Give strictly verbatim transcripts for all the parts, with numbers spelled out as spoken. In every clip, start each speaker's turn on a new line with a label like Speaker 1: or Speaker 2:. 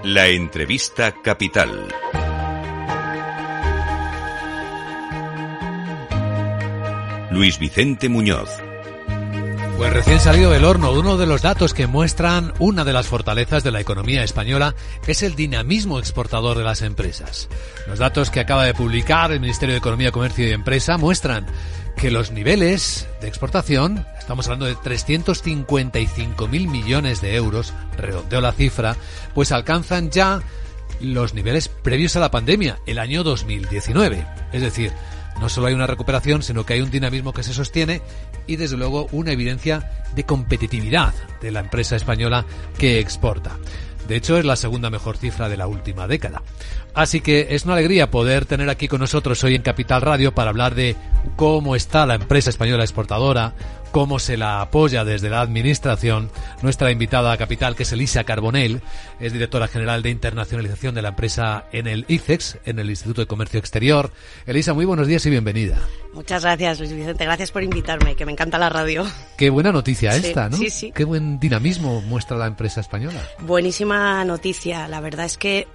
Speaker 1: La entrevista capital. Luis Vicente Muñoz.
Speaker 2: Pues recién salido del horno, uno de los datos que muestran una de las fortalezas de la economía española es el dinamismo exportador de las empresas. Los datos que acaba de publicar el Ministerio de Economía, Comercio y Empresa muestran que los niveles de exportación, estamos hablando de trescientos cincuenta y cinco mil millones de euros, redondeo la cifra, pues alcanzan ya los niveles previos a la pandemia, el año dos mil diecinueve. Es decir, no solo hay una recuperación, sino que hay un dinamismo que se sostiene y, desde luego, una evidencia de competitividad de la empresa española que exporta. De hecho, es la segunda mejor cifra de la última década. Así que es una alegría poder tener aquí con nosotros hoy en Capital Radio para hablar de cómo está la empresa española exportadora, cómo se la apoya desde la administración. Nuestra invitada a Capital, que es Elisa Carbonell, es directora general de internacionalización de la empresa en el I C E X, en el Instituto de Comercio Exterior. Elisa, muy buenos días y bienvenida.
Speaker 3: Muchas gracias, Luis Vicente. Gracias por invitarme, que me encanta la radio.
Speaker 2: Qué buena noticia
Speaker 3: sí,
Speaker 2: esta, ¿no?
Speaker 3: Sí, sí.
Speaker 2: Qué buen dinamismo muestra la empresa española.
Speaker 3: Buenísima noticia. La verdad es que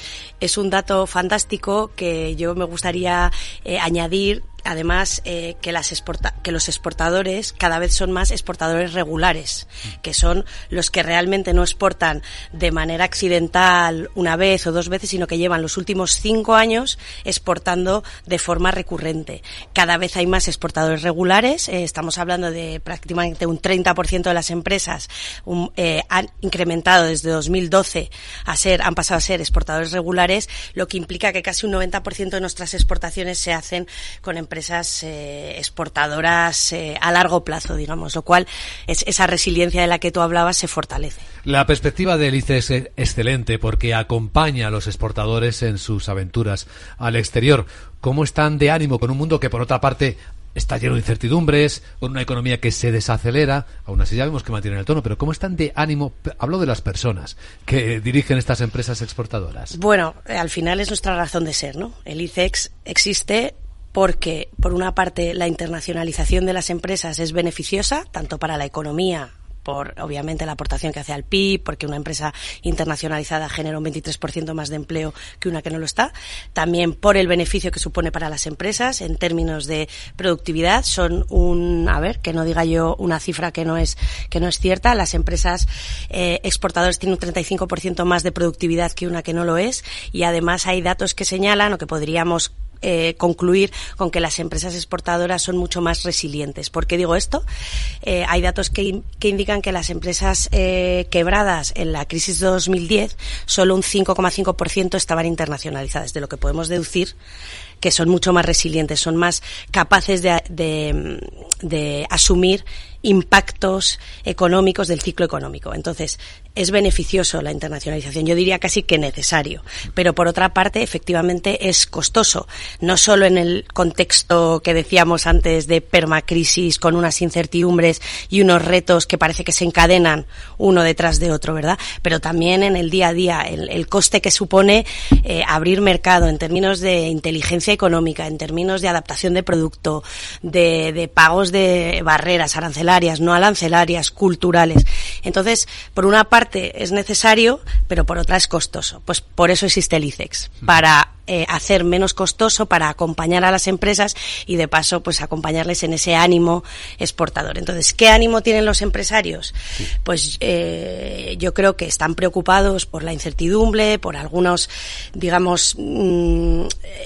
Speaker 3: es un dato fantástico que yo me gustaría eh, añadir. Además, eh, que, las exporta- que los exportadores cada vez son más exportadores regulares, que son los que realmente no exportan de manera accidental una vez o dos veces, sino que llevan los últimos cinco años exportando de forma recurrente. Cada vez hay más exportadores regulares, eh, estamos hablando de prácticamente un treinta por ciento de las empresas un, eh, han incrementado desde dos mil doce a ser, han pasado a ser exportadores regulares, lo que implica que casi un noventa por ciento de nuestras exportaciones se hacen con empresas empresas eh, exportadoras eh, a largo plazo, digamos, lo cual es esa resiliencia de la que tú hablabas se fortalece.
Speaker 2: La perspectiva del I C E es excelente porque acompaña a los exportadores en sus aventuras al exterior. ¿Cómo están de ánimo con un mundo que, por otra parte, está lleno de incertidumbres, con una economía que se desacelera? Aún así ya vemos que mantienen el tono, pero ¿cómo están de ánimo? Hablo de las personas que dirigen estas empresas exportadoras.
Speaker 3: Bueno, al final es nuestra razón de ser, ¿no? El I C E X existe porque, por una parte, la internacionalización de las empresas es beneficiosa, tanto para la economía, por obviamente la aportación que hace al P I B, porque una empresa internacionalizada genera un veintitrés por ciento más de empleo que una que no lo está. También por el beneficio que supone para las empresas en términos de productividad. Son un, a ver, que no diga yo una cifra que no es que no es cierta. Las empresas eh, exportadoras tienen un treinta y cinco por ciento más de productividad que una que no lo es. Y además hay datos que señalan, o que podríamos Eh, concluir con que las empresas exportadoras son mucho más resilientes. ¿Por qué digo esto? Eh, hay datos que, que indican que las empresas eh, quebradas en la crisis de dos mil diez, solo un cinco coma cinco por ciento estaban internacionalizadas, de lo que podemos deducir que son mucho más resilientes, son más capaces de, de, de asumir impactos económicos del ciclo económico. Entonces, es beneficioso la internacionalización, yo diría casi que necesario, pero por otra parte, efectivamente, es costoso, no solo en el contexto que decíamos antes de permacrisis, con unas incertidumbres y unos retos que parece que se encadenan uno detrás de otro, ¿verdad? Pero también en el día a día, el, el coste que supone eh, abrir mercado en términos de inteligencia económica, en términos de adaptación de producto, de, de pagos de barreras arancelarias, no arancelarias, culturales. Entonces, por una parte es necesario, pero por otra es costoso. Pues por eso existe el I C E X, para eh, hacer menos costoso, para acompañar a las empresas y de paso pues acompañarles en ese ánimo exportador. Entonces, ¿qué ánimo tienen los empresarios? Sí. Pues eh, yo creo que están preocupados por la incertidumbre, por algunos, digamos, mmm,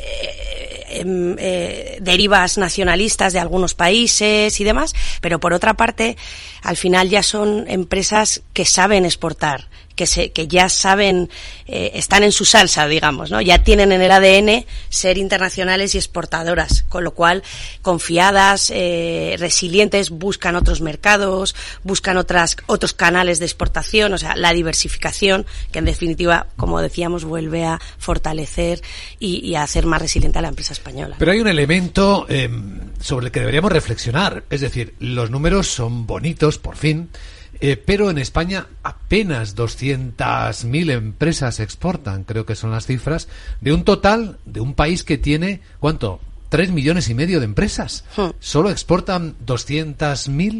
Speaker 3: eh, eh, derivas nacionalistas de algunos países y demás, pero por otra parte, al final ya son empresas que saben exportar, que se, que ya saben, eh, están en su salsa, digamos, ¿no? Ya tienen en el A D N ser internacionales y exportadoras, con lo cual confiadas, eh, resilientes, buscan otros mercados, buscan otras, otros canales de exportación, o sea, la diversificación, que en definitiva, como decíamos, vuelve a fortalecer y, y a hacer más resiliente a la empresa española.
Speaker 2: Pero hay un elemento eh, sobre el que deberíamos reflexionar, es decir, los números son bonitos, por fin, Eh, pero en España apenas doscientas mil empresas exportan, creo que son las cifras, de un total de un país que tiene, ¿cuánto? Tres millones y medio de empresas. Hmm. Solo exportan doscientas mil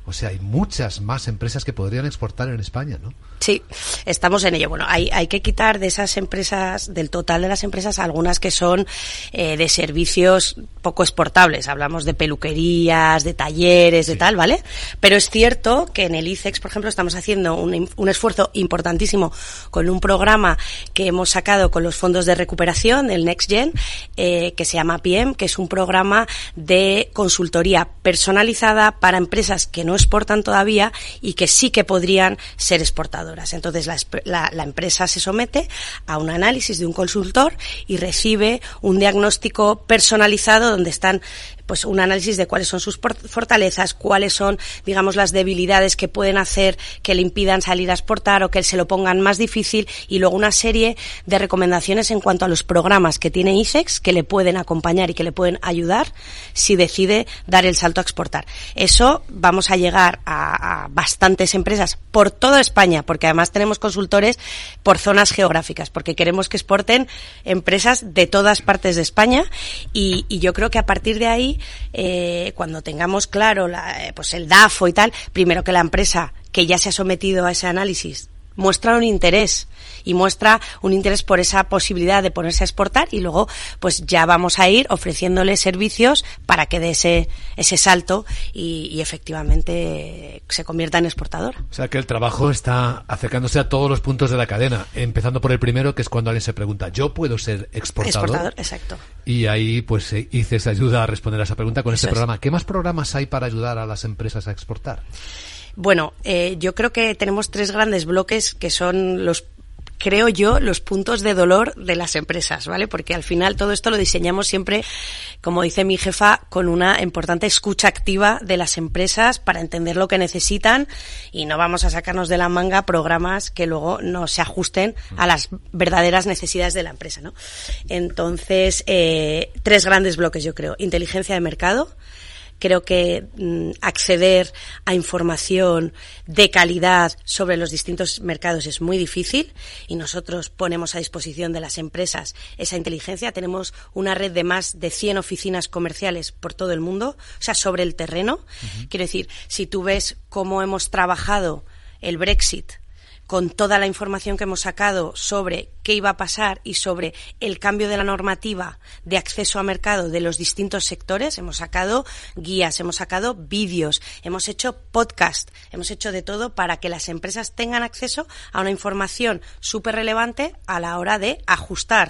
Speaker 2: O sea, hay muchas más empresas que podrían exportar en España, ¿no?
Speaker 3: Sí, estamos en ello. Bueno, hay, hay que quitar de esas empresas, del total de las empresas, algunas que son eh, de servicios poco exportables. Hablamos de peluquerías, de talleres, sí. de tal, ¿vale? Pero es cierto que en el ICEX, por ejemplo, estamos haciendo un, un esfuerzo importantísimo con un programa que hemos sacado con los fondos de recuperación, el Next Gen, eh, que se llama P I E M, que es un programa de consultoría personalizada para empresas que no exportan todavía y que sí que podrían ser exportadoras. Entonces la, la, la empresa se somete a un análisis de un consultor y recibe un diagnóstico personalizado donde están pues un análisis de cuáles son sus fortalezas, cuáles son, digamos, las debilidades que pueden hacer que le impidan salir a exportar o que se lo pongan más difícil, y luego una serie de recomendaciones en cuanto a los programas que tiene ICEX que le pueden acompañar y que le pueden ayudar si decide dar el salto a exportar. Eso vamos a llegar a, a bastantes empresas por toda España, porque además tenemos consultores por zonas geográficas, porque queremos que exporten empresas de todas partes de España, y, y yo creo que a partir de ahí Eh, cuando tengamos claro la, eh, pues el D A F O y tal, primero que la empresa que ya se ha sometido a ese análisis muestra un interés y muestra un interés por esa posibilidad de ponerse a exportar, y luego pues ya vamos a ir ofreciéndole servicios para que dé ese, ese salto y, y efectivamente se convierta en exportadora.
Speaker 2: O sea que el trabajo está acercándose a todos los puntos de la cadena, empezando por el primero, que es cuando alguien se pregunta, ¿yo puedo ser exportador?
Speaker 3: Exportador, exacto.
Speaker 2: Y ahí pues ICEX ayuda a responder a esa pregunta con
Speaker 3: Eso
Speaker 2: este
Speaker 3: es.
Speaker 2: programa. ¿Qué más programas hay para ayudar a las empresas a exportar?
Speaker 3: Bueno, eh, yo creo que tenemos tres grandes bloques que son los, creo yo, los puntos de dolor de las empresas, ¿vale? Porque al final todo esto lo diseñamos siempre, como dice mi jefa, con una importante escucha activa de las empresas para entender lo que necesitan, y no vamos a sacarnos de la manga programas que luego no se ajusten a las verdaderas necesidades de la empresa, ¿no? Entonces, eh, tres grandes bloques, yo creo. Inteligencia de mercado. Creo que mm, acceder a información de calidad sobre los distintos mercados es muy difícil, y nosotros ponemos a disposición de las empresas esa inteligencia. Tenemos una red de más de cien oficinas comerciales por todo el mundo, o sea, sobre el terreno. Uh-huh. Quiero decir, si tú ves cómo hemos trabajado el Brexit, con toda la información que hemos sacado sobre qué iba a pasar y sobre el cambio de la normativa de acceso a mercado de los distintos sectores, hemos sacado guías, hemos sacado vídeos, hemos hecho podcast, hemos hecho de todo para que las empresas tengan acceso a una información súper relevante a la hora de ajustar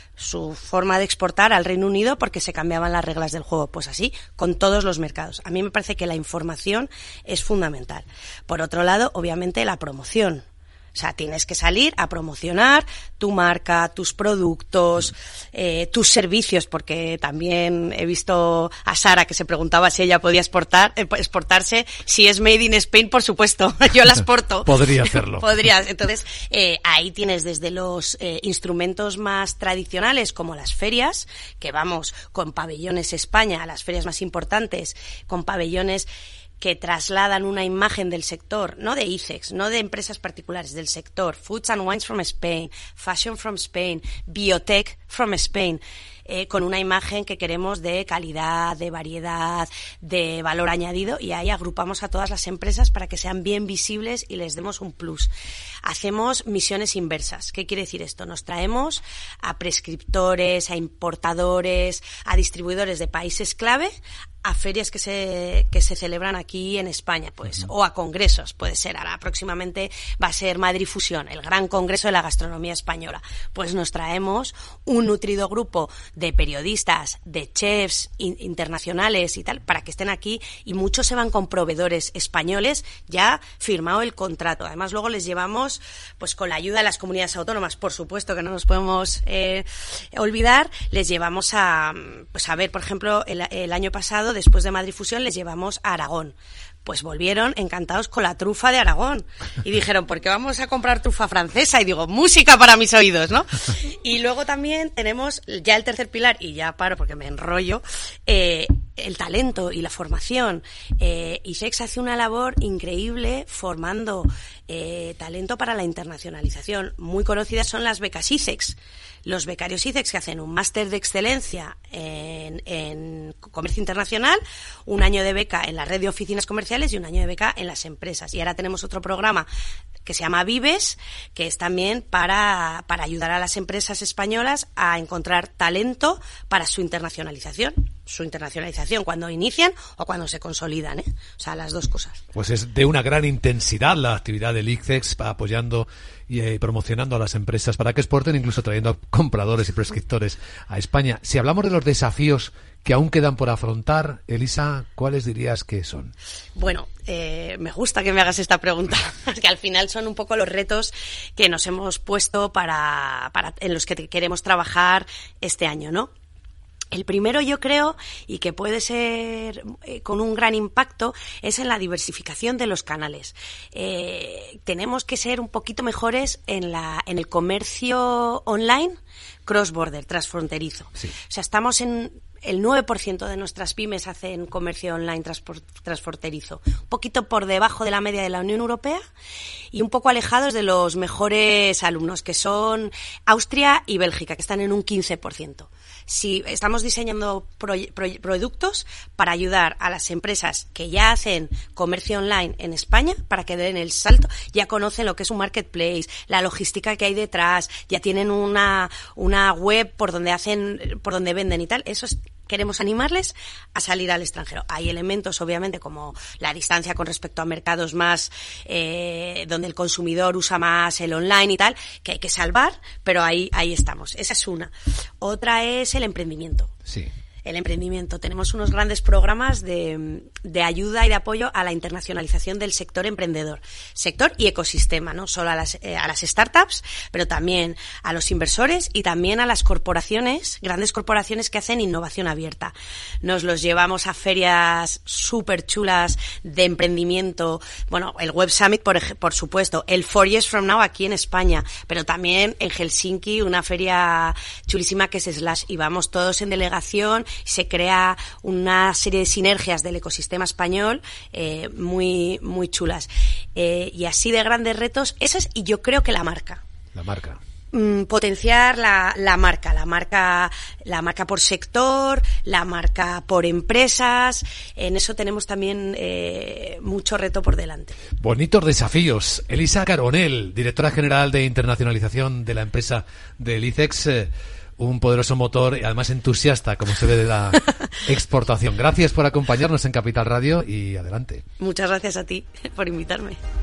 Speaker 3: su forma de exportar al Reino Unido porque se cambiaban las reglas del juego. Pues así, con todos los mercados. A mí me parece que la información es fundamental. Por otro lado, obviamente, la promoción. O sea, tienes que salir a promocionar tu marca, tus productos, eh, tus servicios, porque también he visto a Sara que se preguntaba si ella podía exportar, eh, exportarse. Si es made in Spain, por supuesto, yo la exporto.
Speaker 2: Podría hacerlo.
Speaker 3: Podrías. Entonces, eh, ahí tienes desde los eh, instrumentos más tradicionales, como las ferias, que vamos con pabellones España, a las ferias más importantes, con pabellones que trasladan una imagen del sector, no de ICEX, no de empresas particulares, del sector, Foods and Wines from Spain, Fashion from Spain, Biotech from Spain, eh, con una imagen que queremos de calidad, de variedad, de valor añadido, y ahí agrupamos a todas las empresas para que sean bien visibles y les demos un plus. Hacemos misiones inversas. ¿Qué quiere decir esto? Nos traemos a prescriptores, a importadores, a distribuidores de países clave, a ferias que se que se celebran aquí en España, pues, uh-huh. o a congresos, puede ser. Ahora próximamente va a ser Madrid Fusión, el gran congreso de la gastronomía española. Pues nos traemos un nutrido grupo de periodistas, de chefs in- internacionales y tal, para que estén aquí, y muchos se van con proveedores españoles, ya firmado el contrato. Además, luego les llevamos, pues con la ayuda de las comunidades autónomas, por supuesto, que no nos podemos eh, olvidar, les llevamos a, pues a ver, por ejemplo, el, el año pasado, después de Madrid Fusión, les llevamos a Aragón. Pues volvieron encantados con la trufa de Aragón. Y dijeron, ¿por qué vamos a comprar trufa francesa? Y digo, música para mis oídos, ¿no? Y luego también tenemos ya el tercer pilar, y ya paro porque me enrollo, eh, el talento y la formación. Eh, ICEX hace una labor increíble formando eh, talento para la internacionalización. Muy conocidas son las becas ICEX. Los becarios ICEX, que hacen un máster de excelencia en, en comercio internacional, un año de beca en la red de oficinas comerciales sociales y un año de beca en las empresas. Y ahora tenemos otro programa que se llama Vives, que es también para, para ayudar a las empresas españolas a encontrar talento para su internacionalización. Su internacionalización cuando inician o cuando se consolidan, ¿eh? O sea, las dos cosas.
Speaker 2: Pues es de una gran intensidad la actividad del I C E X, apoyando y eh, promocionando a las empresas para que exporten, incluso trayendo compradores y prescriptores a España. Si hablamos de los desafíos que aún quedan por afrontar, Elisa, ¿cuáles dirías que son?
Speaker 3: Bueno, eh, me gusta que me hagas esta pregunta, porque al final son un poco los retos que nos hemos puesto para, para en los que queremos trabajar este año, ¿no? El primero, yo creo, y que puede ser eh, con un gran impacto, es en la diversificación de los canales. Eh, tenemos que ser un poquito mejores en la en el comercio online cross-border, transfronterizo. Sí. O sea, estamos en... El nueve por ciento de nuestras pymes hacen comercio online transfronterizo, un poquito por debajo de la media de la Unión Europea y un poco alejados de los mejores alumnos, que son Austria y Bélgica, que están en un quince por ciento. Si estamos diseñando pro, pro, productos para ayudar a las empresas que ya hacen comercio online en España, para que den el salto, ya conocen lo que es un marketplace, la logística que hay detrás, ya tienen una, una web por donde hacen, por donde venden y tal. Eso es, queremos animarles a salir al extranjero. Hay elementos, obviamente, como la distancia con respecto a mercados más eh, donde el consumidor usa más el online y tal, que hay que salvar, pero ahí ahí estamos. Esa es una. Otra es el emprendimiento. Sí. El emprendimiento. Tenemos unos grandes programas de, de ayuda y de apoyo a la internacionalización del sector emprendedor. Sector y ecosistema, no solo a las, eh, a las startups, pero también a los inversores y también a las corporaciones, grandes corporaciones que hacen innovación abierta. Nos los llevamos a ferias súper chulas de emprendimiento. Bueno, el Web Summit, por, por supuesto. El Four Years From Now aquí en España. Pero también en Helsinki, una feria chulísima que es Slash. Y vamos todos en delegación. Se crea una serie de sinergias del ecosistema español eh, muy muy chulas. Eh, y así de grandes retos, esas, y yo creo que la marca.
Speaker 2: La marca.
Speaker 3: Mm, potenciar la, la marca, la marca, la marca por sector, la marca por empresas. En eso tenemos también eh, mucho reto por delante.
Speaker 2: Bonitos desafíos. Elisa Carbonell, directora general de internacionalización de la empresa del I C E X. Eh, un poderoso motor y además entusiasta, como se ve, de la exportación. Gracias por acompañarnos en Capital Radio y adelante.
Speaker 3: Muchas gracias a ti por invitarme.